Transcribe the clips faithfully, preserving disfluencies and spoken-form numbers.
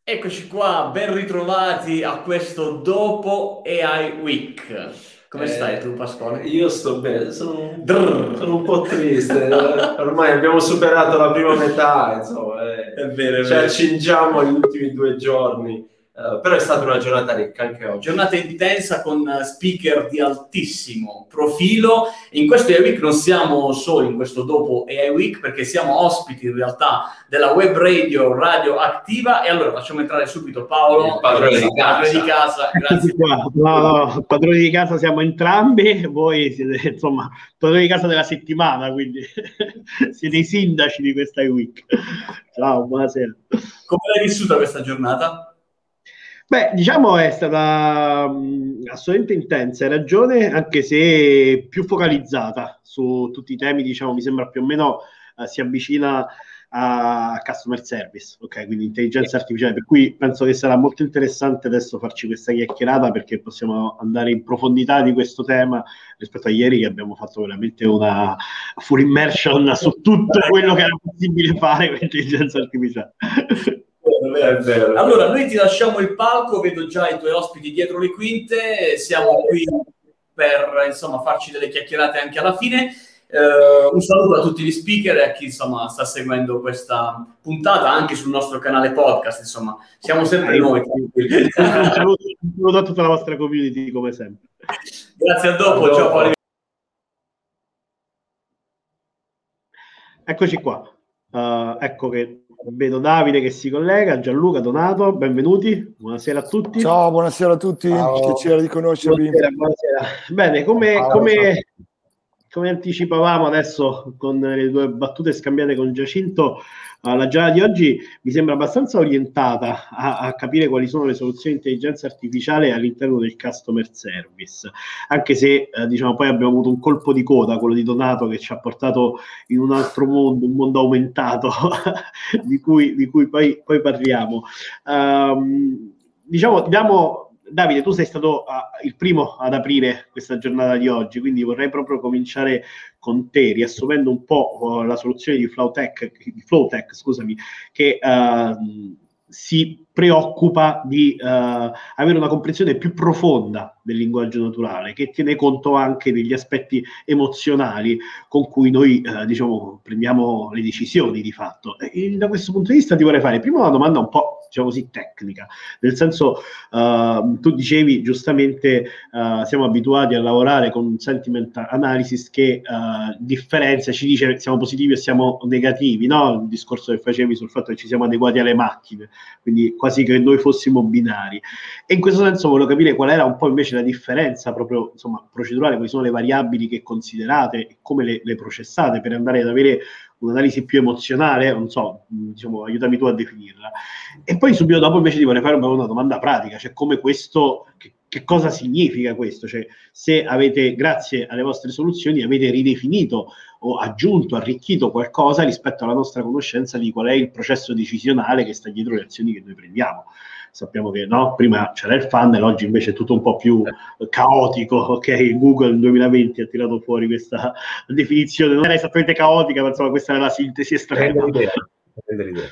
Eccoci qua, ben ritrovati a questo dopo A I Week. Come stai Eh, tu, Pasquale? io sto bene, sono, Drrr. sono un po' triste. Ormai abbiamo superato la prima metà, insomma, eh, È vero, è ci vero. accingiamo agli ultimi due giorni. Eh, però è stata una giornata ricca anche oggi. Giornata intensa con speaker di altissimo profilo. In questo A I Week non siamo soli in questo dopo A I Week perché siamo ospiti in realtà della web radio Radio Attiva. E allora facciamo entrare subito Paolo, Il padrone di padrone di casa. casa. Grazie. Eccoci qua. No, no, padroni di casa siamo entrambi, voi siete insomma padroni di casa della settimana, quindi siete i sindaci di questa week. Ciao, buonasera. Come l'hai vissuta questa giornata? Beh, diciamo è stata mh, assolutamente intensa, hai ragione, anche se più focalizzata su tutti i temi, diciamo, mi sembra più o meno eh, si avvicina a customer service, ok? Quindi intelligenza artificiale, per cui penso che sarà molto interessante adesso farci questa chiacchierata perché possiamo andare in profondità di questo tema rispetto a ieri che abbiamo fatto veramente una full immersion su tutto quello che era possibile fare con l'intelligenza artificiale. È vero. Allora, noi ti lasciamo il palco, vedo già i tuoi ospiti dietro le quinte, siamo qui per insomma farci delle chiacchierate anche alla fine. Uh, un saluto a tutti gli speaker e a chi insomma sta seguendo questa puntata anche sul nostro canale podcast, insomma siamo sempre eh, noi. Un saluto, un saluto a tutta la vostra community come sempre. Grazie, a dopo, A dopo. ciao Paolo. Eccoci qua, uh, ecco che vedo Davide che si collega, Gianluca, Donato, benvenuti, buonasera a tutti. Ciao, buonasera a tutti, Ciao. piacere di conoscervi. Buonasera, buonasera. Bene, come, Ciao, come, ciao. come anticipavamo adesso con le due battute scambiate con Giacinto, uh, la giornata di oggi mi sembra abbastanza orientata a, a capire quali sono le soluzioni di intelligenza artificiale all'interno del customer service, anche se eh, diciamo poi abbiamo avuto un colpo di coda, quello di Donato, che ci ha portato in un altro mondo, un mondo aumentato di cui, di cui poi, poi parliamo. Um, diciamo, diamo Davide, tu sei stato uh, il primo ad aprire questa giornata di oggi, quindi vorrei proprio cominciare con te, riassumendo un po' uh, la soluzione di Flowtech, di Flowtech, scusami, che uh, si preoccupa di uh, avere una comprensione più profonda del linguaggio naturale, che tiene conto anche degli aspetti emozionali con cui noi uh, diciamo prendiamo le decisioni di fatto. E da questo punto di vista ti vorrei fare prima una domanda un po' diciamo così tecnica, nel senso uh, tu dicevi giustamente uh, siamo abituati a lavorare con sentiment analysis che uh, differenzia, ci dice siamo positivi e siamo negativi, no? Il discorso che facevi sul fatto che ci siamo adeguati alle macchine, quindi quasi che noi fossimo binari. E in questo senso volevo capire qual era un po' invece la differenza proprio insomma procedurale, quali sono le variabili che considerate e come le, le processate per andare ad avere un'analisi più emozionale, non so, diciamo, aiutami tu a definirla. E poi subito dopo invece ti vorrei fare una domanda pratica, cioè come questo, che, che cosa significa questo? Cioè se avete, grazie alle vostre soluzioni, avete ridefinito o aggiunto, arricchito qualcosa rispetto alla nostra conoscenza di qual è il processo decisionale che sta dietro le azioni che noi prendiamo. Sappiamo che no, prima c'era il funnel, oggi invece è tutto un po' più caotico, ok? Google nel duemilaventi ha tirato fuori questa definizione, non era esattamente caotica, ma insomma questa era la sintesi estrema. Prendere idea.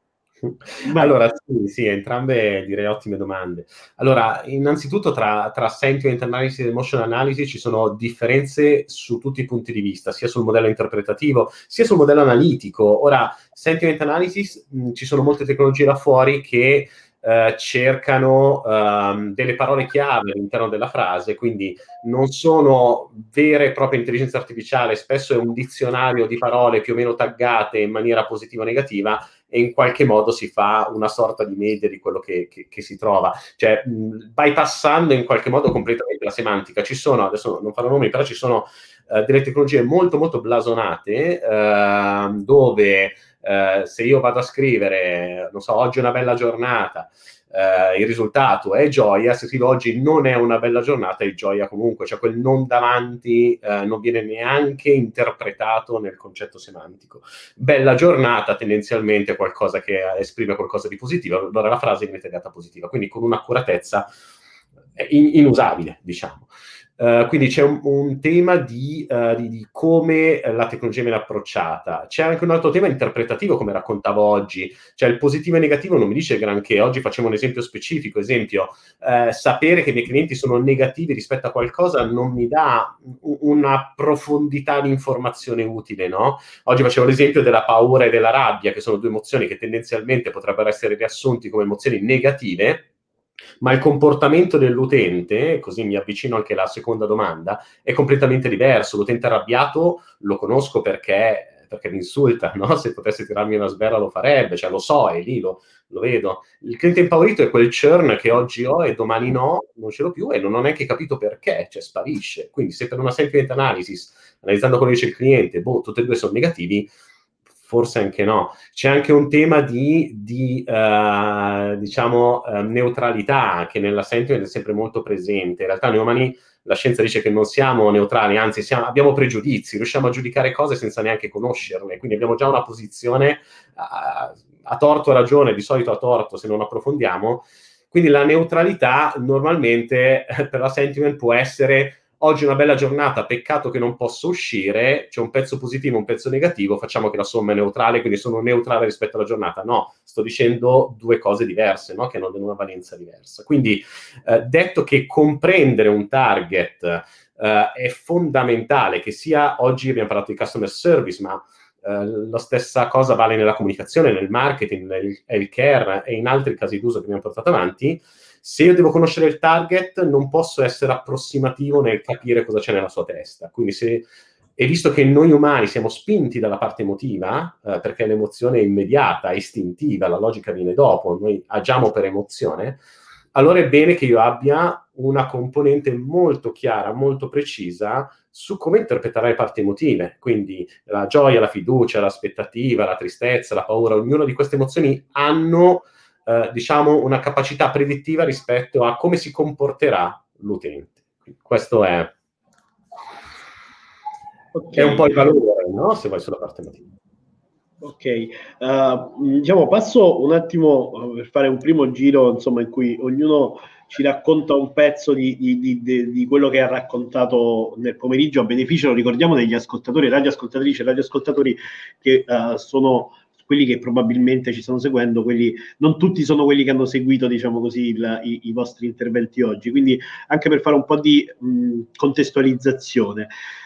Allora, sì, sì, entrambe direi ottime domande. Allora, innanzitutto tra, tra sentiment analysis e emotion analysis ci sono differenze su tutti i punti di vista, sia sul modello interpretativo, sia sul modello analitico. Ora, sentiment analysis, mh, ci sono molte tecnologie là fuori che Uh, cercano uh, delle parole chiave all'interno della frase, quindi non sono vere e proprie intelligenza artificiale, spesso è un dizionario di parole più o meno taggate in maniera positiva o negativa e in qualche modo si fa una sorta di media di quello che, che, che si trova, cioè mh, bypassando in qualche modo completamente la semantica. Ci sono, adesso non farò nomi, però ci sono uh, delle tecnologie molto molto blasonate uh, dove Uh, se io vado a scrivere, non so, oggi è una bella giornata, uh, il risultato è gioia, se scrivo oggi non è una bella giornata, è gioia comunque, cioè quel non davanti uh, non viene neanche interpretato nel concetto semantico. Bella giornata tendenzialmente è qualcosa che esprime qualcosa di positivo, allora la frase viene taggata positiva, quindi con un'accuratezza in- inusabile, diciamo. Uh, quindi c'è un, un tema di, uh, di, di come la tecnologia viene approcciata. C'è anche un altro tema interpretativo, come raccontavo oggi, cioè il positivo e negativo non mi dice granché. Oggi facciamo un esempio specifico, esempio, uh, sapere che i miei clienti sono negativi rispetto a qualcosa non mi dà una profondità di informazione utile, no? Oggi facevo l'esempio della paura e della rabbia, che sono due emozioni che tendenzialmente potrebbero essere riassunti come emozioni negative, ma il comportamento dell'utente, così mi avvicino anche alla seconda domanda, è completamente diverso. L'utente arrabbiato lo conosco perché, perché mi insulta, no? Se potesse tirarmi una sberla lo farebbe, cioè lo so, è lì, lo, lo vedo. Il cliente impaurito è quel churn che oggi ho e domani no, non ce l'ho più e non ho neanche capito perché, cioè sparisce. Quindi se per una sentiment analysis, analizzando come dice il cliente, boh, tutti e due sono negativi, forse anche no. C'è anche un tema di, di uh, diciamo, uh, neutralità che nella sentiment è sempre molto presente. In realtà noi umani, la scienza dice che non siamo neutrali, anzi siamo, abbiamo pregiudizi, riusciamo a giudicare cose senza neanche conoscerle, quindi abbiamo già una posizione uh, a torto o ragione, di solito a torto se non approfondiamo. Quindi la neutralità normalmente per la sentiment può essere: oggi è una bella giornata, peccato che non posso uscire, c'è un pezzo positivo, un pezzo negativo, facciamo che la somma è neutrale, quindi sono neutrale rispetto alla giornata. No, sto dicendo due cose diverse, no? Che hanno una valenza diversa. Quindi, eh, detto che comprendere un target eh, è fondamentale, che sia, oggi abbiamo parlato di customer service, ma eh, la stessa cosa vale nella comunicazione, nel marketing, nel healthcare e in altri casi d'uso che abbiamo portato avanti. Se io devo conoscere il target, non posso essere approssimativo nel capire cosa c'è nella sua testa. Quindi se, e visto che noi umani siamo spinti dalla parte emotiva, eh, perché l'emozione è immediata, istintiva, la logica viene dopo, noi agiamo per emozione, allora è bene che io abbia una componente molto chiara, molto precisa su come interpretare le parti emotive. Quindi la gioia, la fiducia, l'aspettativa, la tristezza, la paura, ognuna di queste emozioni hanno Uh, diciamo una capacità predittiva rispetto a come si comporterà l'utente. Questo è, okay. È un po' il valore, no? Se vai sulla parte emotiva. Ok, uh, diciamo passo un attimo per fare un primo giro, insomma, in cui ognuno ci racconta un pezzo di, di, di, di quello che ha raccontato nel pomeriggio, a beneficio, lo ricordiamo, degli ascoltatori, radioascoltatrici e radioascoltatori che uh, sono quelli che probabilmente ci stanno seguendo, quelli, non tutti sono quelli che hanno seguito, diciamo così, il, i, i vostri interventi oggi, quindi anche per fare un po' di mh, contestualizzazione.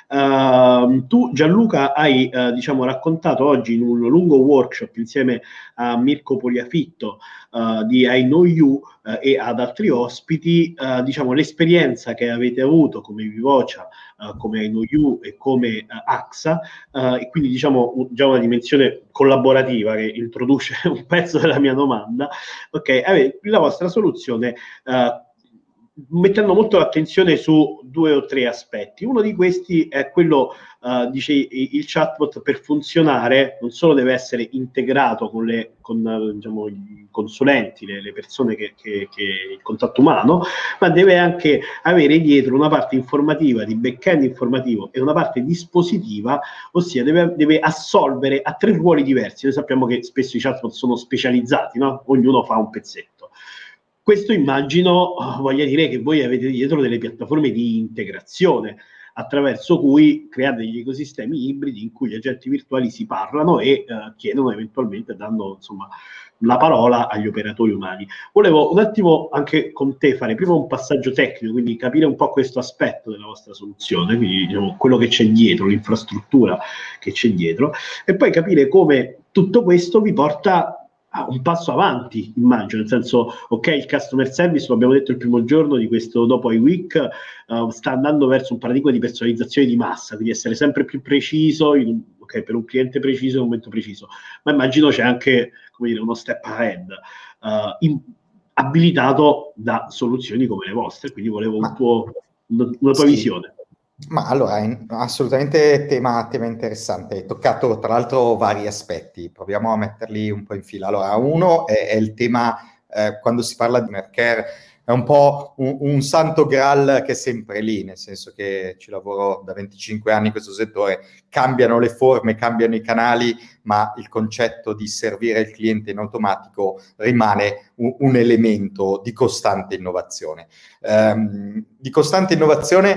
Uh, tu, Gianluca, hai uh, diciamo raccontato oggi in un lungo workshop insieme a Mirko Poliafitto uh, di I Know You uh, e ad altri ospiti, uh, diciamo l'esperienza che avete avuto come Vivocia, uh, come I Know You e come uh, A X A, uh, e quindi diciamo un, già una dimensione collaborativa che introduce un pezzo della mia domanda. Ok, avete la vostra soluzione uh, mettendo molto l'attenzione su due o tre aspetti. Uno di questi è quello, uh, dice il chatbot, per funzionare non solo deve essere integrato con, le, con diciamo, i consulenti, le, le persone che, che, che il contatto umano, ma deve anche avere dietro una parte informativa, di back-end informativo, e una parte dispositiva, ossia deve, deve assolvere a tre ruoli diversi. Noi sappiamo che spesso i chatbot sono specializzati, no? Ognuno fa un pezzetto. Questo immagino voglia dire che voi avete dietro delle piattaforme di integrazione attraverso cui create degli ecosistemi ibridi in cui gli agenti virtuali si parlano e eh, chiedono, eventualmente danno insomma la parola agli operatori umani. Volevo un attimo anche con te fare prima un passaggio tecnico, quindi capire un po' questo aspetto della vostra soluzione, quindi diciamo, quello che c'è dietro, l'infrastruttura che c'è dietro, e poi capire come tutto questo vi porta un passo avanti, immagino, nel senso, ok, il customer service, lo abbiamo detto il primo giorno di questo dopo i week, uh, sta andando verso un paradigma di personalizzazione di massa, quindi essere sempre più preciso, in, okay, per un cliente preciso in un momento preciso, ma immagino c'è anche, come dire, uno step ahead, uh, in, abilitato da soluzioni come le vostre, quindi volevo un tuo, una, una tua sì. visione. Ma allora, in, assolutamente tema, tema interessante, hai toccato tra l'altro vari aspetti, proviamo a metterli un po' in fila. Allora, uno è, è il tema, eh, quando si parla di Mercare, è un po' un, un santo graal che è sempre lì, nel senso che ci lavoro da venticinque anni in questo settore, cambiano le forme, cambiano i canali, ma il concetto di servire il cliente in automatico rimane un, un elemento di costante innovazione. Um, di costante innovazione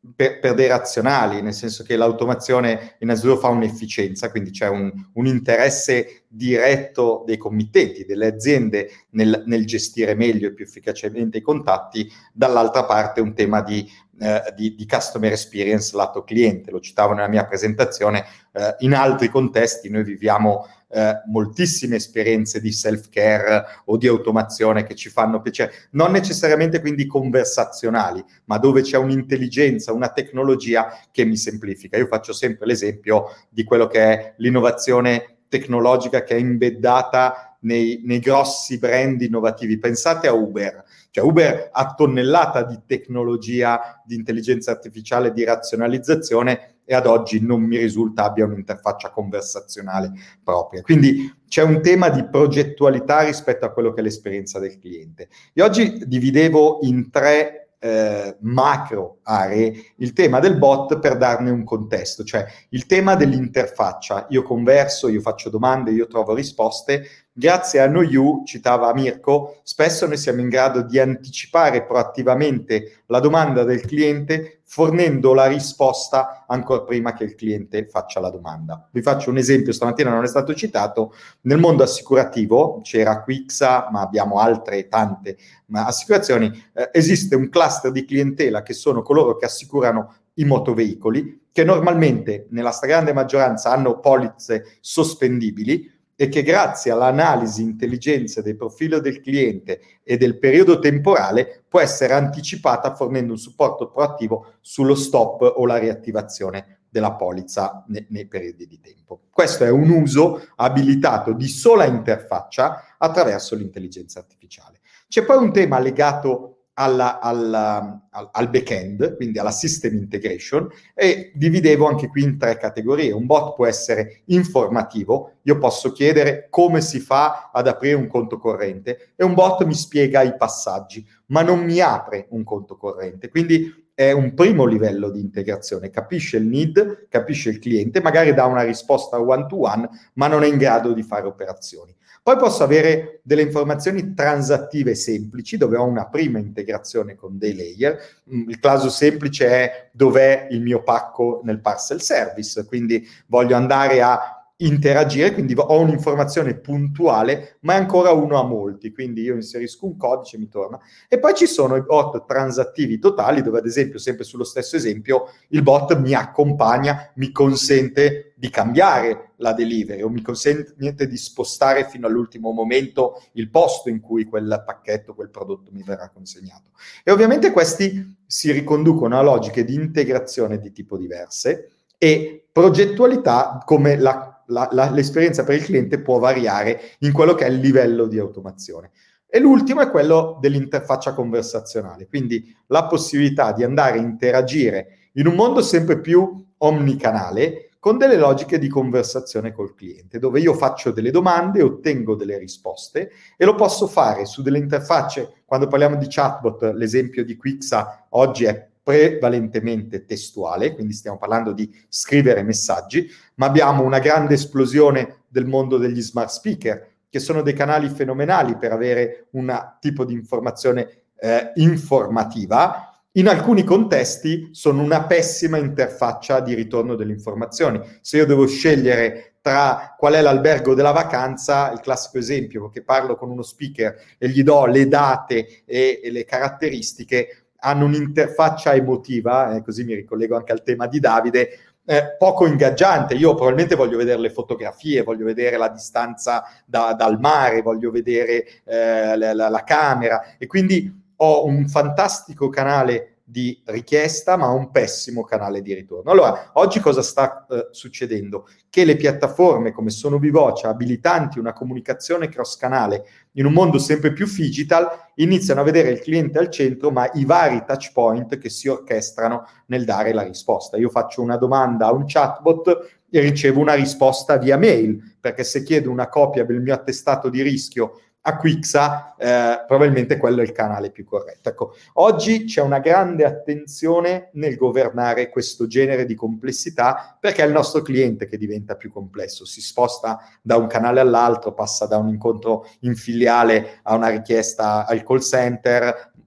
per, per dei razionali, nel senso che l'automazione innanzitutto fa un'efficienza, quindi c'è un, un interesse diretto dei committenti, delle aziende nel, nel gestire meglio e più efficacemente i contatti, dall'altra parte un tema di, eh, di, di customer experience lato cliente, lo citavo nella mia presentazione, eh, in altri contesti noi viviamo Eh, moltissime esperienze di self-care o di automazione che ci fanno piacere, non necessariamente quindi conversazionali, ma dove c'è un'intelligenza, una tecnologia che mi semplifica. Io faccio sempre l'esempio di quello che è l'innovazione tecnologica che è embeddata nei, nei grossi brand innovativi. Pensate a Uber. Cioè Uber ha tonnellata di tecnologia, di intelligenza artificiale, di razionalizzazione, e ad oggi non mi risulta abbia un'interfaccia conversazionale propria. Quindi c'è un tema di progettualità rispetto a quello che è l'esperienza del cliente. Io oggi dividevo in tre eh, macro aree il tema del bot per darne un contesto, cioè il tema dell'interfaccia. Io converso, io faccio domande, io trovo risposte. Grazie a KnowYou, citava Mirko, spesso noi siamo in grado di anticipare proattivamente la domanda del cliente fornendo la risposta ancora prima che il cliente faccia la domanda. Vi faccio un esempio, stamattina non è stato citato, nel mondo assicurativo, c'era Quixa, ma abbiamo altre tante assicurazioni, eh, esiste un cluster di clientela che sono coloro che assicurano i motoveicoli, che normalmente nella stragrande maggioranza hanno polizze sospendibili, e che grazie all'analisi intelligenza del profilo del cliente e del periodo temporale può essere anticipata fornendo un supporto proattivo sullo stop o la riattivazione della polizza ne- nei periodi di tempo. Questo è un uso abilitato di sola interfaccia attraverso l'intelligenza artificiale. C'è poi un tema legato Alla, alla, al, al back-end, quindi alla system integration, e dividevo anche qui in tre categorie. Un bot può essere informativo, io posso chiedere come si fa ad aprire un conto corrente e un bot mi spiega i passaggi, ma non mi apre un conto corrente, quindi è un primo livello di integrazione, capisce il need, capisce il cliente, magari dà una risposta one-to-one, ma non è in grado di fare operazioni. Poi posso avere delle informazioni transattive semplici, dove ho una prima integrazione con dei layer. Il caso semplice è dov'è il mio pacco nel parcel service, quindi voglio andare a interagire, quindi ho un'informazione puntuale, ma è ancora uno a molti, quindi io inserisco un codice e mi torna. E poi ci sono i bot transattivi totali, dove ad esempio, sempre sullo stesso esempio, il bot mi accompagna, mi consente di cambiare la delivery o mi consente di spostare fino all'ultimo momento il posto in cui quel pacchetto, quel prodotto mi verrà consegnato. E ovviamente questi si riconducono a logiche di integrazione di tipo diverse e progettualità, come la La, la, l'esperienza per il cliente può variare in quello che è il livello di automazione. E l'ultimo è quello dell'interfaccia conversazionale, quindi la possibilità di andare a interagire in un mondo sempre più omnicanale con delle logiche di conversazione col cliente, dove io faccio delle domande, ottengo delle risposte e lo posso fare su delle interfacce. Quando parliamo di chatbot, l'esempio di Quixa oggi è prevalentemente testuale, quindi stiamo parlando di scrivere messaggi, ma abbiamo una grande esplosione del mondo degli smart speaker, che sono dei canali fenomenali per avere un tipo di informazione eh, informativa. In alcuni contesti sono una pessima interfaccia di ritorno delle informazioni. Se io devo scegliere tra qual è l'albergo della vacanza, il classico esempio che parlo con uno speaker e gli do le date e, e le caratteristiche, hanno un'interfaccia emotiva, eh, così mi ricollego anche al tema di Davide, eh, poco ingaggiante. Io probabilmente voglio vedere le fotografie, voglio vedere la distanza da, dal mare, voglio vedere eh, la, la, la camera, e quindi ho un fantastico canale di richiesta, ma un pessimo canale di ritorno. Allora, oggi cosa sta eh, succedendo? Che le piattaforme come Sono Vivoce, abilitanti una comunicazione cross-canale in un mondo sempre più digital, iniziano a vedere il cliente al centro, ma i vari touch point che si orchestrano nel dare la risposta. Io faccio una domanda a un chatbot e ricevo una risposta via mail, perché se chiedo una copia del mio attestato di rischio a Quixa, eh, probabilmente quello è il canale più corretto. Ecco, oggi c'è una grande attenzione nel governare questo genere di complessità, perché è il nostro cliente che diventa più complesso, si sposta da un canale all'altro, passa da un incontro in filiale a una richiesta al call center,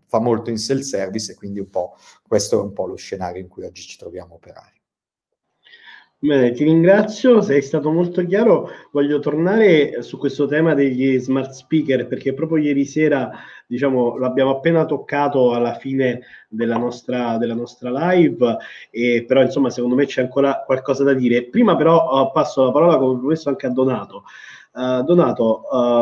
fa molto in self-service, e quindi un po' questo è un po' lo scenario in cui oggi ci troviamo a operare. Bene, ti ringrazio, sei stato molto chiaro. Voglio tornare su questo tema degli smart speaker, perché proprio ieri sera, diciamo, l'abbiamo appena toccato alla fine della nostra, della nostra live, e però insomma secondo me c'è ancora qualcosa da dire. Prima però uh, passo la parola, come promesso, anche a Donato. Uh, Donato,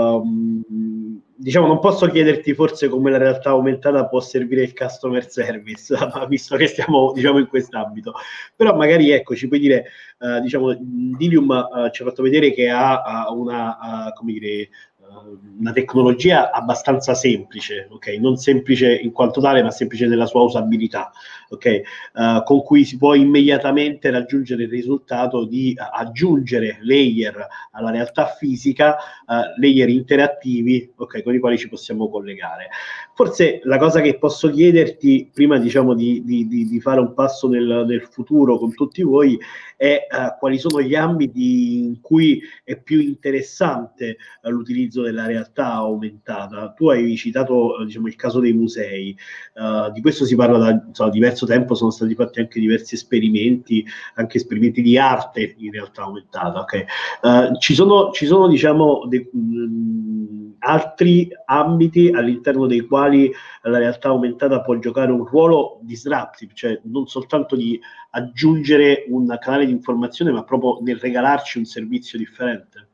uh, diciamo, non posso chiederti forse come la realtà aumentata può servire il customer service, visto che stiamo, diciamo, in quest'ambito, però magari, ecco, ci puoi dire, uh, diciamo, Dilium uh, ci ha fatto vedere che ha uh, una, uh, come dire, una tecnologia abbastanza semplice, ok? Non semplice in quanto tale, ma semplice nella sua usabilità, ok? Uh, con cui si può immediatamente raggiungere il risultato di uh, aggiungere layer alla realtà fisica, uh, layer interattivi, ok? Con i quali ci possiamo collegare. Forse la cosa che posso chiederti, prima, diciamo, di, di, di, di fare un passo nel, nel futuro con tutti voi, è uh, quali sono gli ambiti in cui è più interessante uh, l'utilizzo della realtà aumentata. Tu hai citato, uh, diciamo, il caso dei musei, uh, di questo si parla da insomma, diverso tempo, sono stati fatti anche diversi esperimenti, anche esperimenti di arte in realtà aumentata, ok? Uh, ci sono, ci sono diciamo, de, mh, altri ambiti all'interno dei quali la realtà aumentata può giocare un ruolo disruptive, cioè non soltanto di aggiungere un canale di informazione, ma proprio nel regalarci un servizio differente.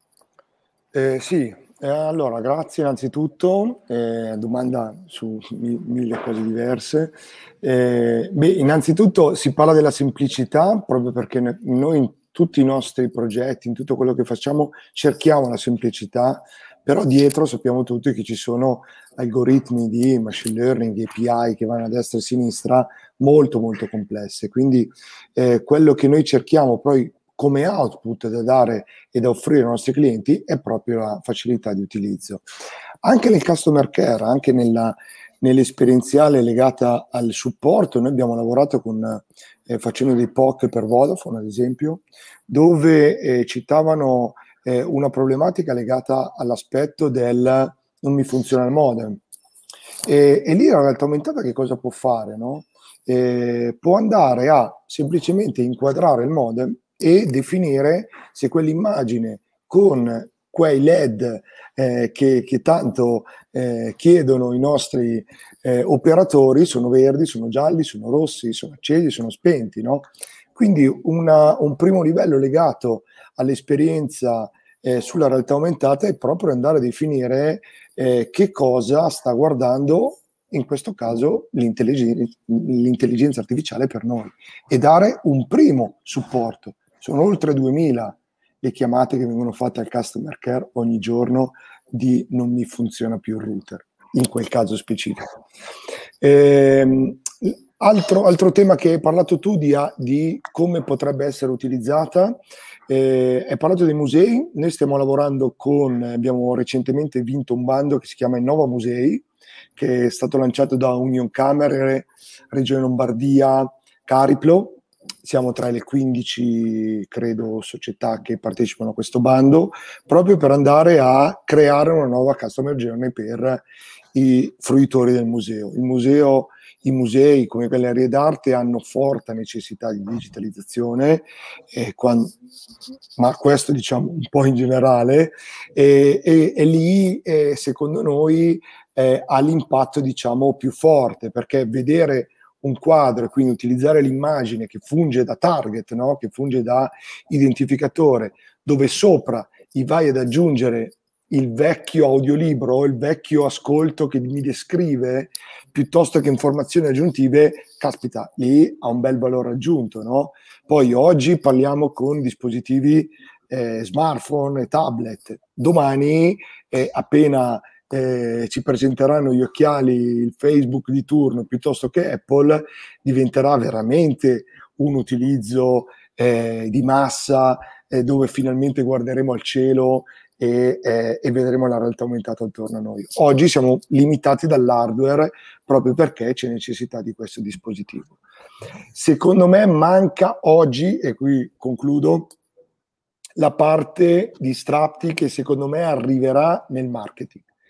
Eh, sì, eh, allora grazie innanzitutto, eh, domanda su mi- mille cose diverse. Eh, beh, innanzitutto si parla della semplicità proprio perché ne- noi in tutti i nostri progetti, in tutto quello che facciamo, cerchiamo la semplicità, però dietro sappiamo tutti che ci sono algoritmi di machine learning, A P I che vanno a destra e a sinistra molto molto complesse, quindi eh, quello che noi cerchiamo poi come output da dare e da offrire ai nostri clienti è proprio la facilità di utilizzo. Anche nel customer care, anche nella, nell'esperienziale legata al supporto, noi abbiamo lavorato con, eh, facendo dei P O C per Vodafone, ad esempio, dove eh, citavano eh, una problematica legata all'aspetto del non mi funziona il modem. E, e lì la realtà aumentata che cosa può fare, no? Eh, può andare a semplicemente inquadrare il modem e definire se quell'immagine con quei L E D eh, che, che tanto eh, chiedono i nostri eh, operatori sono verdi, sono gialli, sono rossi, sono accesi, sono spenti, no? Quindi una, un primo livello legato all'esperienza eh, sulla realtà aumentata è proprio andare a definire eh, che cosa sta guardando, in questo caso l'intelligenza, l'intelligenza artificiale per noi, e dare un primo supporto. Sono oltre duemila le chiamate che vengono fatte al customer care ogni giorno di non mi funziona più il router, in quel caso specifico. Ehm, altro, altro tema che hai parlato tu di, di come potrebbe essere utilizzata, eh, hai parlato dei musei. Noi stiamo lavorando con, abbiamo recentemente vinto un bando che si chiama Innova Musei, che è stato lanciato da Union Camere, Regione Lombardia, Cariplo. Siamo tra le quindici, credo, società che partecipano a questo bando, proprio per andare a creare una nuova customer journey per i fruitori del museo. Il museo, i musei come gallerie d'arte hanno forte necessità di digitalizzazione, eh, quando, ma questo diciamo un po' in generale, e, e, e lì eh, secondo noi eh, ha l'impatto diciamo più forte, perché vedere un quadro e quindi utilizzare l'immagine che funge da target, no? Che funge da identificatore, dove sopra gli vai ad aggiungere il vecchio audiolibro o il vecchio ascolto che mi descrive, piuttosto che informazioni aggiuntive, caspita, lì ha un bel valore aggiunto, no? Poi oggi parliamo con dispositivi eh, smartphone e tablet, domani eh, appena Eh, ci presenteranno gli occhiali, il Facebook di turno piuttosto che Apple, diventerà veramente un utilizzo eh, di massa eh, dove finalmente guarderemo al cielo e, eh, e vedremo la realtà aumentata attorno a noi. Oggi siamo limitati dall'hardware proprio perché c'è necessità di questo dispositivo. Secondo me manca oggi, e qui concludo, la parte di Strapti che secondo me arriverà nel marketing.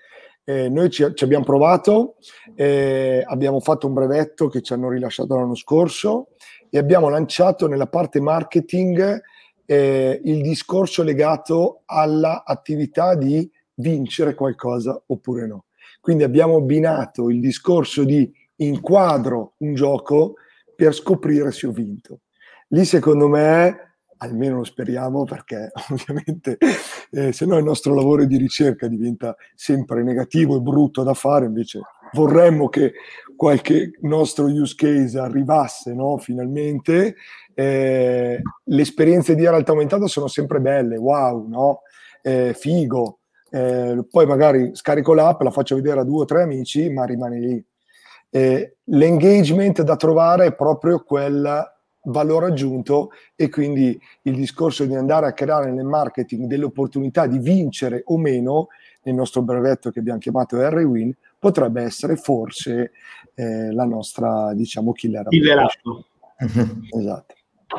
Eh, noi ci, ci abbiamo provato, eh, abbiamo fatto un brevetto che ci hanno rilasciato l'anno scorso e abbiamo lanciato nella parte marketing eh, il discorso legato all'attività di vincere qualcosa oppure no. Quindi abbiamo abbinato il discorso di inquadro un gioco per scoprire se ho vinto. Lì secondo me, almeno lo speriamo, perché ovviamente eh, se no il nostro lavoro di ricerca diventa sempre negativo e brutto da fare, invece vorremmo che qualche nostro use case arrivasse, no? Finalmente. Eh, le esperienze di realtà aumentata sono sempre belle, wow, no? Eh, figo. Eh, poi magari scarico l'app, la faccio vedere a due o tre amici, ma rimane lì. Eh, l'engagement da trovare è proprio quel valore aggiunto, e quindi il discorso di andare a creare nel marketing delle opportunità di vincere o meno, nel nostro brevetto che abbiamo chiamato R Win, potrebbe essere forse eh, la nostra, diciamo, killer app. Esatto.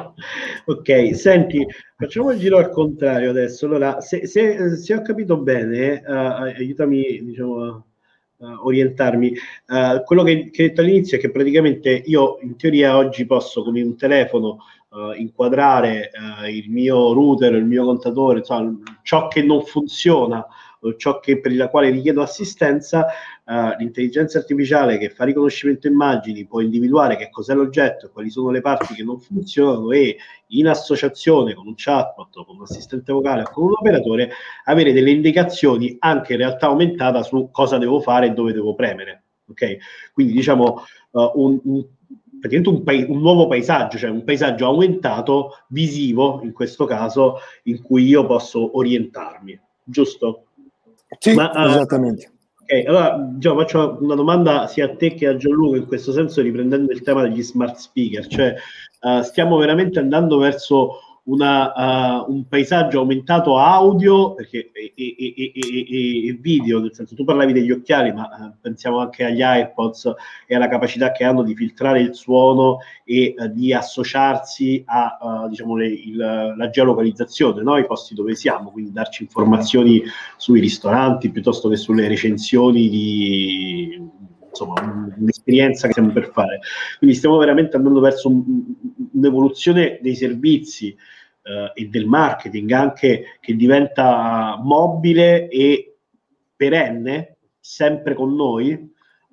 Ok, senti, facciamo il giro al contrario adesso. Allora, se, se, se ho capito bene, uh, aiutami, diciamo, a uh, orientarmi. Uh, quello che, che hai detto all'inizio è che praticamente io in teoria oggi posso con un telefono uh, inquadrare uh, il mio router, il mio contatore, insomma, ciò che non funziona, ciò che per la quale richiedo assistenza. Uh, l'intelligenza artificiale che fa riconoscimento immagini può individuare che cos'è l'oggetto e quali sono le parti che non funzionano, e in associazione con un chatbot o con un assistente vocale o con un operatore avere delle indicazioni anche in realtà aumentata su cosa devo fare e dove devo premere. Ok? Quindi diciamo uh, un, un praticamente un, pa- un nuovo paesaggio, cioè un paesaggio aumentato visivo in questo caso, in cui io posso orientarmi, giusto? Sì, Ma, uh, esattamente. Ok, allora Gio, faccio una domanda sia a te che a Gianluca, in questo senso riprendendo il tema degli smart speaker, cioè uh, stiamo veramente andando verso una, uh, un paesaggio aumentato audio perché, e, e, e, e, e video, nel senso, tu parlavi degli occhiali, ma uh, pensiamo anche agli AirPods e alla capacità che hanno di filtrare il suono e uh, di associarsi a uh, diciamo le, il, la geolocalizzazione, no? I posti dove siamo, quindi darci informazioni sui ristoranti piuttosto che sulle recensioni di, insomma, un'esperienza che stiamo per fare. Quindi stiamo veramente andando verso un, un'evoluzione dei servizi eh, e del marketing anche, che diventa mobile e perenne, sempre con noi.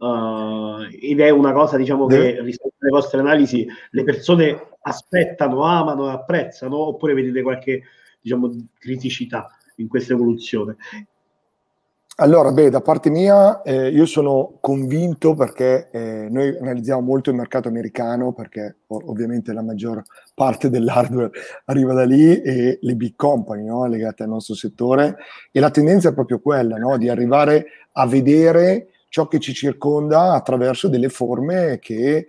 Uh, ed è una cosa, diciamo, che rispetto alle vostre analisi le persone aspettano, amano e apprezzano, oppure vedete qualche, diciamo, criticità in questa evoluzione? Allora, beh, da parte mia eh, io sono convinto, perché eh, noi analizziamo molto il mercato americano, perché ovviamente la maggior parte dell'hardware arriva da lì, e le big company, no, legate al nostro settore, e la tendenza è proprio quella, no, di arrivare a vedere ciò che ci circonda attraverso delle forme che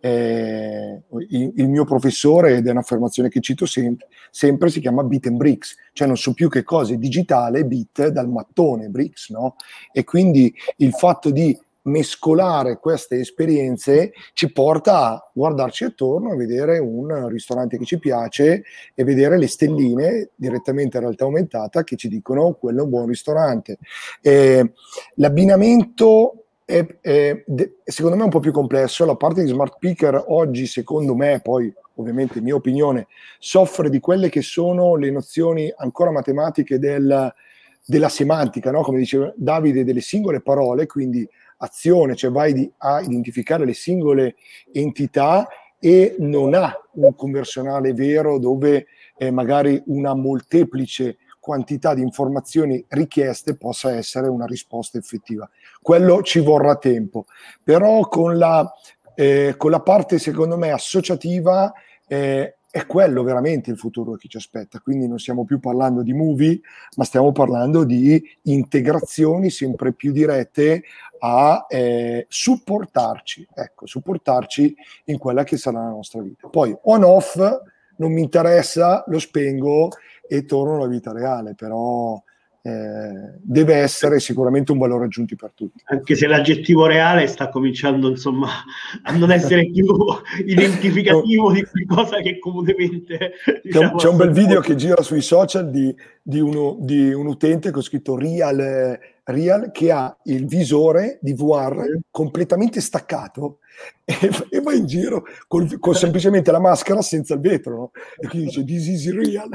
eh, il, il mio professore, ed è un'affermazione che cito sempre, sempre, si chiama bit and bricks, cioè non so più che cosa è digitale, bit dal mattone, bricks, no? E quindi il fatto di mescolare queste esperienze ci porta a guardarci attorno, a vedere un ristorante che ci piace e vedere le stelline direttamente in realtà aumentata che ci dicono quello è un buon ristorante. Eh, l'abbinamento è, è, secondo me, un po' più complesso. La parte di smart speaker oggi, secondo me, poi ovviamente mia opinione, soffre di quelle che sono le nozioni ancora matematiche del, della semantica, no? Come diceva Davide, delle singole parole, quindi azione, cioè vai di, a identificare le singole entità, e non ha un conversionale vero dove eh, magari una molteplice quantità di informazioni richieste possa essere una risposta effettiva. Quello ci vorrà tempo, però con la, eh, con la parte, secondo me, associativa eh, è quello veramente il futuro che ci aspetta. Quindi non stiamo più parlando di movie, ma stiamo parlando di integrazioni sempre più dirette a eh, supportarci, ecco, supportarci in quella che sarà la nostra vita. Poi on-off non mi interessa, lo spengo e torno alla vita reale, però eh, deve essere sicuramente un valore aggiunto per tutti. Anche se l'aggettivo reale sta cominciando, insomma, a non essere più identificativo di qualcosa che comunemente... Diciamo, c'è, un, c'è un bel video che gira sui social di, di, uno, di un utente con scritto Real, Real che ha il visore di V R completamente staccato e, e va in giro con, con semplicemente la maschera senza il vetro, no? E quindi dice this is real.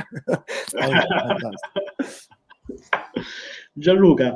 Gianluca,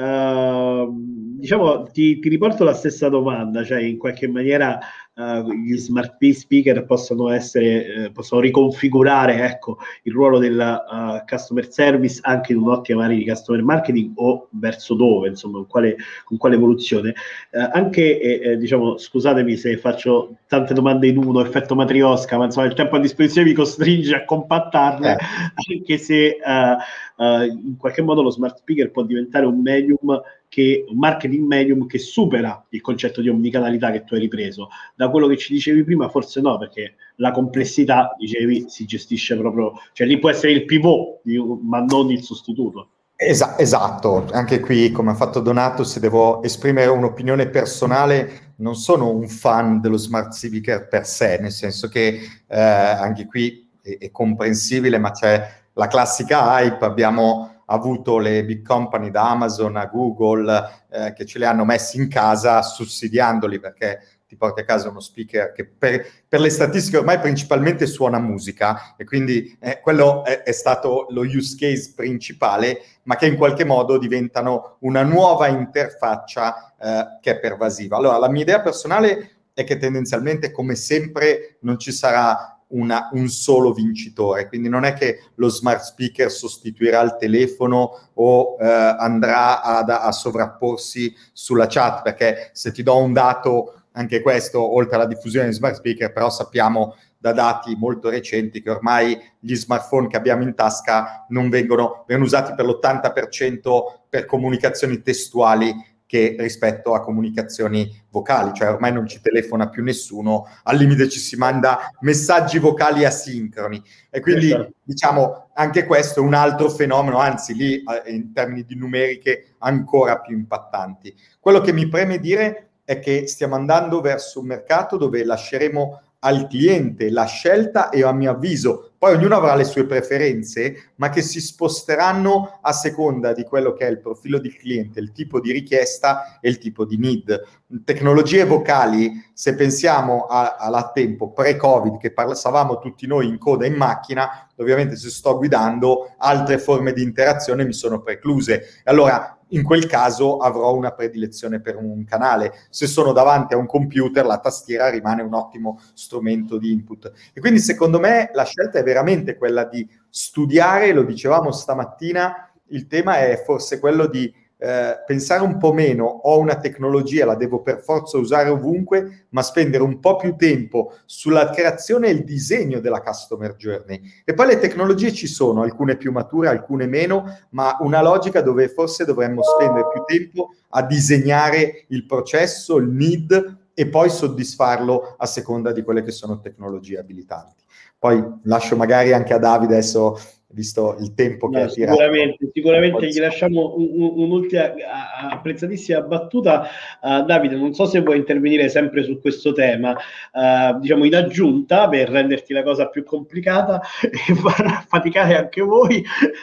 uh, diciamo ti, ti riporto la stessa domanda, cioè in qualche maniera uh, gli smart speaker possono essere, uh, possono riconfigurare, ecco, il ruolo del uh, customer service anche in un'ottica magari di customer marketing, o verso dove, insomma, con quale, con quale evoluzione? Uh, anche, eh, diciamo, scusatemi se faccio tante domande in uno, effetto matriosca, ma insomma il tempo a disposizione mi costringe a compattarle, eh. anche se uh, uh, in qualche modo lo smart speaker può diventare un medium, che, un marketing medium che supera il concetto di omnicanalità che tu hai ripreso. Da quello che ci dicevi prima forse no, perché la complessità, dicevi, si gestisce proprio, cioè lì può essere il pivot, ma non il sostituto. Esa- esatto, anche qui come ha fatto Donato, se devo esprimere un'opinione personale, non sono un fan dello smart speaker per sé, nel senso che eh, anche qui è, è comprensibile, ma c'è la classica hype, abbiamo avuto le big company da Amazon a Google eh, che ce li hanno messi in casa sussidiandoli, perché ti porti a casa uno speaker che per, per le statistiche ormai principalmente suona musica, e quindi eh, quello è, è stato lo use case principale, ma che in qualche modo diventano una nuova interfaccia eh, che è pervasiva. Allora, la mia idea personale è che tendenzialmente, come sempre, non ci sarà Una, un solo vincitore, quindi non è che lo smart speaker sostituirà il telefono o eh, andrà ad, a sovrapporsi sulla chat, perché se ti do un dato, anche questo, oltre alla diffusione di smart speaker, però sappiamo da dati molto recenti che ormai gli smartphone che abbiamo in tasca non vengono, vengono usati per l'ottanta per cento per comunicazioni testuali che rispetto a comunicazioni vocali, cioè ormai non ci telefona più nessuno, al limite ci si manda messaggi vocali asincroni, e quindi esatto. Diciamo anche questo è un altro fenomeno, anzi lì in termini di numeriche ancora più impattanti. Quello che mi preme dire è che stiamo andando verso un mercato dove lasceremo al cliente la scelta, e a mio avviso poi ognuno avrà le sue preferenze, ma che si sposteranno a seconda di quello che è il profilo del cliente, il tipo di richiesta e il tipo di need. Tecnologie vocali, se pensiamo a, a tempo pre-Covid, che parlavamo tutti noi in coda in macchina, ovviamente se sto guidando altre forme di interazione mi sono precluse. Allora, in quel caso avrò una predilezione per un canale. Se sono davanti a un computer, la tastiera rimane un ottimo strumento di input. E quindi secondo me la scelta è veramente quella di studiare, lo dicevamo stamattina, il tema è forse quello di eh, pensare un po' meno, ho una tecnologia, la devo per forza usare ovunque, ma spendere un po' più tempo sulla creazione e il disegno della customer journey. E poi le tecnologie ci sono, alcune più mature, alcune meno, ma una logica dove forse dovremmo spendere più tempo a disegnare il processo, il need, e poi soddisfarlo a seconda di quelle che sono tecnologie abilitanti. Poi lascio magari anche a Davide adesso, visto il tempo che no, ha tirato. Sicuramente, sicuramente gli lasciamo un, un, un'ultima apprezzatissima battuta. Uh, Davide, non so se vuoi intervenire sempre su questo tema, uh, diciamo in aggiunta, per renderti la cosa più complicata e far faticare anche voi.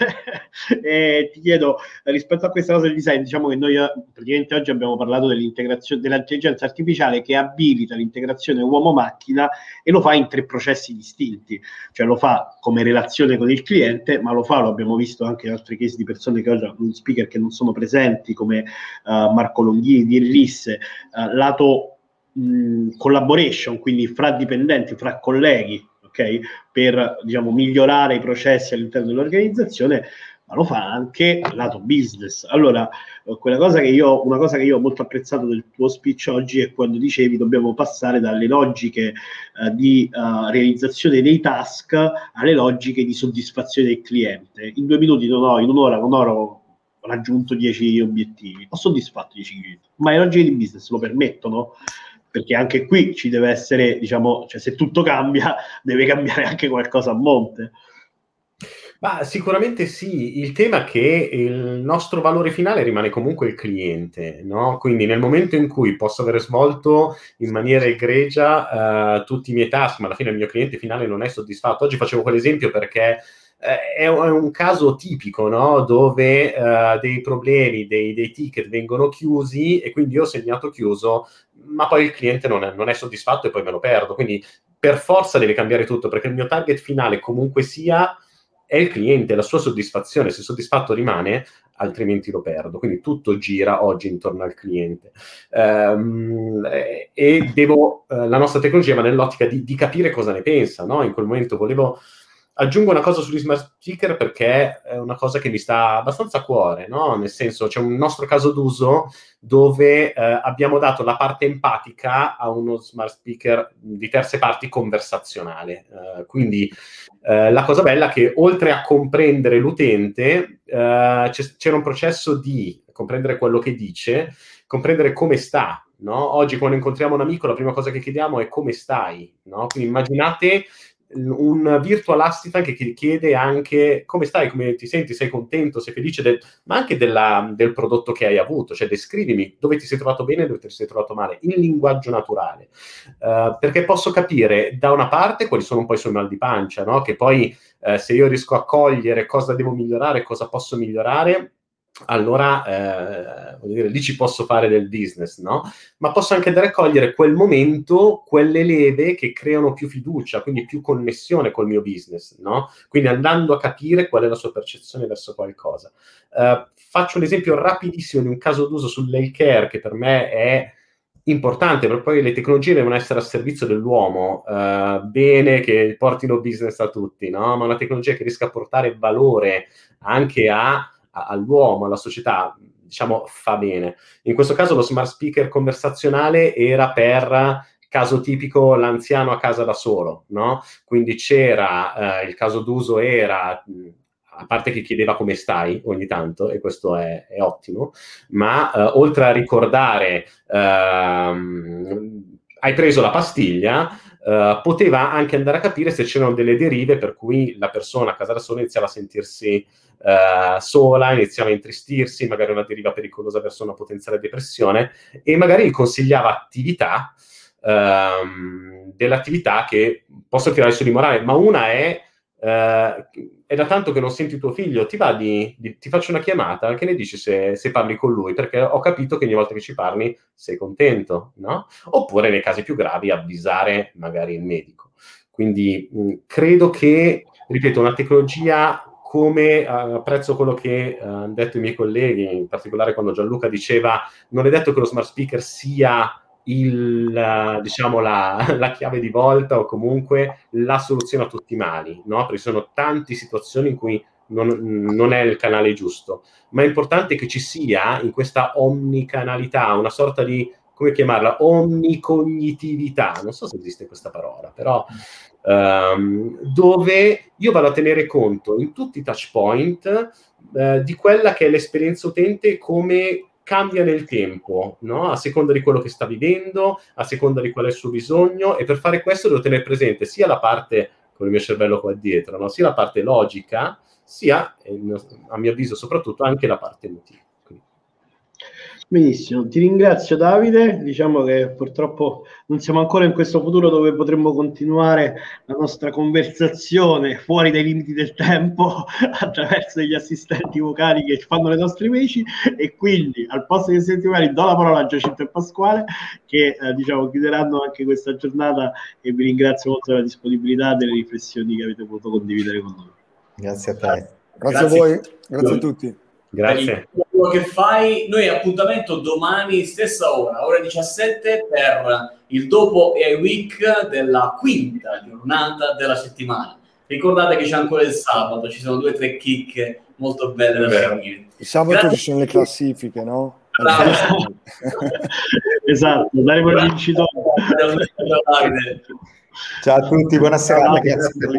E ti chiedo, rispetto a questa cosa del design, diciamo che noi praticamente oggi abbiamo parlato dell'integrazione dell'intelligenza artificiale che abilita l'integrazione uomo-macchina, e lo fa in tre processi distinti, cioè lo fa come relazione con il cliente, ma lo fa, lo abbiamo visto anche in altri casi di persone che oggi hanno un speaker che non sono presenti, come uh, Marco Longhini di Risse, uh, lato mh, collaboration, quindi fra dipendenti, fra colleghi, ok, per diciamo migliorare i processi all'interno dell'organizzazione, ma lo fa anche lato business. Allora, quella cosa che io, una cosa che io ho molto apprezzato del tuo speech oggi è quando dicevi dobbiamo passare dalle logiche uh, di uh, realizzazione dei task alle logiche di soddisfazione del cliente. In due minuti non ho, in un'ora non ho raggiunto dieci obiettivi, ho soddisfatto dieci clienti, ma le logiche di business lo permettono? Perché anche qui ci deve essere, diciamo, cioè se tutto cambia, deve cambiare anche qualcosa a monte. Ma sicuramente sì, il tema è che il nostro valore finale rimane comunque il cliente, no? Quindi nel momento in cui posso aver svolto in maniera egregia uh, tutti i miei task, ma alla fine il mio cliente finale non è soddisfatto. Oggi facevo quell'esempio perché eh, è, un, è un caso tipico, no? Dove uh, dei problemi, dei, dei ticket vengono chiusi e quindi io ho segnato chiuso, ma poi il cliente non è, non è soddisfatto e poi me lo perdo. Quindi per forza deve cambiare tutto, perché il mio target finale comunque sia è il cliente, la sua soddisfazione. Se soddisfatto rimane, altrimenti lo perdo. Quindi tutto gira oggi intorno al cliente. Um, e devo, uh, la nostra tecnologia va nell'ottica di, di capire cosa ne pensa, no? In quel momento volevo... Aggiungo una cosa sugli smart speaker perché è una cosa che mi sta abbastanza a cuore, no? Nel senso, c'è un nostro caso d'uso dove eh, abbiamo dato la parte empatica a uno smart speaker di terze parti conversazionale. Uh, quindi uh, la cosa bella è che oltre a comprendere l'utente, uh, c'era un processo di comprendere quello che dice, comprendere come sta, no? Oggi quando incontriamo un amico la prima cosa che chiediamo è come stai, no? Quindi immaginate un virtual assistant che chiede anche come stai, come ti senti, sei contento, sei felice, del, ma anche della, del prodotto che hai avuto, cioè descrivimi dove ti sei trovato bene e dove ti sei trovato male, in linguaggio naturale, uh, perché posso capire da una parte quali sono un po' i suoi mal di pancia, no? Che poi uh, se io riesco a cogliere cosa devo migliorare, cosa posso migliorare, allora eh, voglio dire, lì ci posso fare del business, no? Ma posso anche andare a cogliere quel momento, quelle leve che creano più fiducia, quindi più connessione col mio business, no? Quindi andando a capire qual è la sua percezione verso qualcosa. Uh, faccio un esempio rapidissimo di un caso d'uso sull'health care che per me è importante, perché poi le tecnologie devono essere a servizio dell'uomo, uh, bene che portino business a tutti, no? Ma una tecnologia che riesca a portare valore anche a all'uomo, alla società, diciamo, fa bene. In questo caso lo smart speaker conversazionale era per caso tipico l'anziano a casa da solo, no? Quindi c'era, eh, il caso d'uso era, a parte che chiedeva come stai ogni tanto, e questo è, è ottimo, ma eh, oltre a ricordare ehm, hai preso la pastiglia, Uh, poteva anche andare a capire se c'erano delle derive per cui la persona a casa da sola iniziava a sentirsi uh, sola, iniziava a intristirsi, magari una deriva pericolosa verso una potenziale depressione, e magari gli consigliava attività, uh, delle attività che possono tirare su di morale, ma una è uh, è da tanto che non senti tuo figlio, ti va di, di ti faccio una chiamata, che ne dici se, se parli con lui, perché ho capito che ogni volta che ci parli sei contento, no? Oppure nei casi più gravi avvisare magari il medico. Quindi mh, credo che, ripeto, una tecnologia come, uh, apprezzo quello che uh, hanno detto i miei colleghi, in particolare quando Gianluca diceva non è detto che lo smart speaker sia il, diciamo, la, la chiave di volta o comunque la soluzione a tutti i mali, no? Perché ci sono tante situazioni in cui non, non è il canale giusto, ma è importante che ci sia in questa omnicanalità una sorta di, come chiamarla, omnicognitività, non so se esiste questa parola, però um, dove io vado a tenere conto in tutti i touch point uh, di quella che è l'esperienza utente, come cambia nel tempo, no? A seconda di quello che sta vivendo, a seconda di qual è il suo bisogno, e per fare questo devo tenere presente sia la parte, con il mio cervello qua dietro, no? Sia la parte logica, sia, a mio avviso soprattutto, anche la parte emotiva. Benissimo, ti ringrazio Davide, diciamo che purtroppo non siamo ancora in questo futuro dove potremmo continuare la nostra conversazione fuori dai limiti del tempo attraverso degli assistenti vocali che fanno le nostre voci, e quindi al posto degli assistenti vocali do la parola a Giacinto e Pasquale che eh, diciamo chiuderanno anche questa giornata, e vi ringrazio molto della disponibilità e delle riflessioni che avete voluto condividere con noi. Grazie a te. Grazie, Grazie a voi, grazie a tutti. Grazie. Per quello che fai, noi appuntamento domani stessa ora, ore diciassette, per il dopo A I Week della quinta giornata della settimana. Ricordate che c'è ancora il sabato, ci sono due o tre chicche molto belle da seguire. Il sabato Grazie. Ci sono le classifiche, no? Esatto, daremo il vincitore. Ciao a tutti, buona serata. Grazie per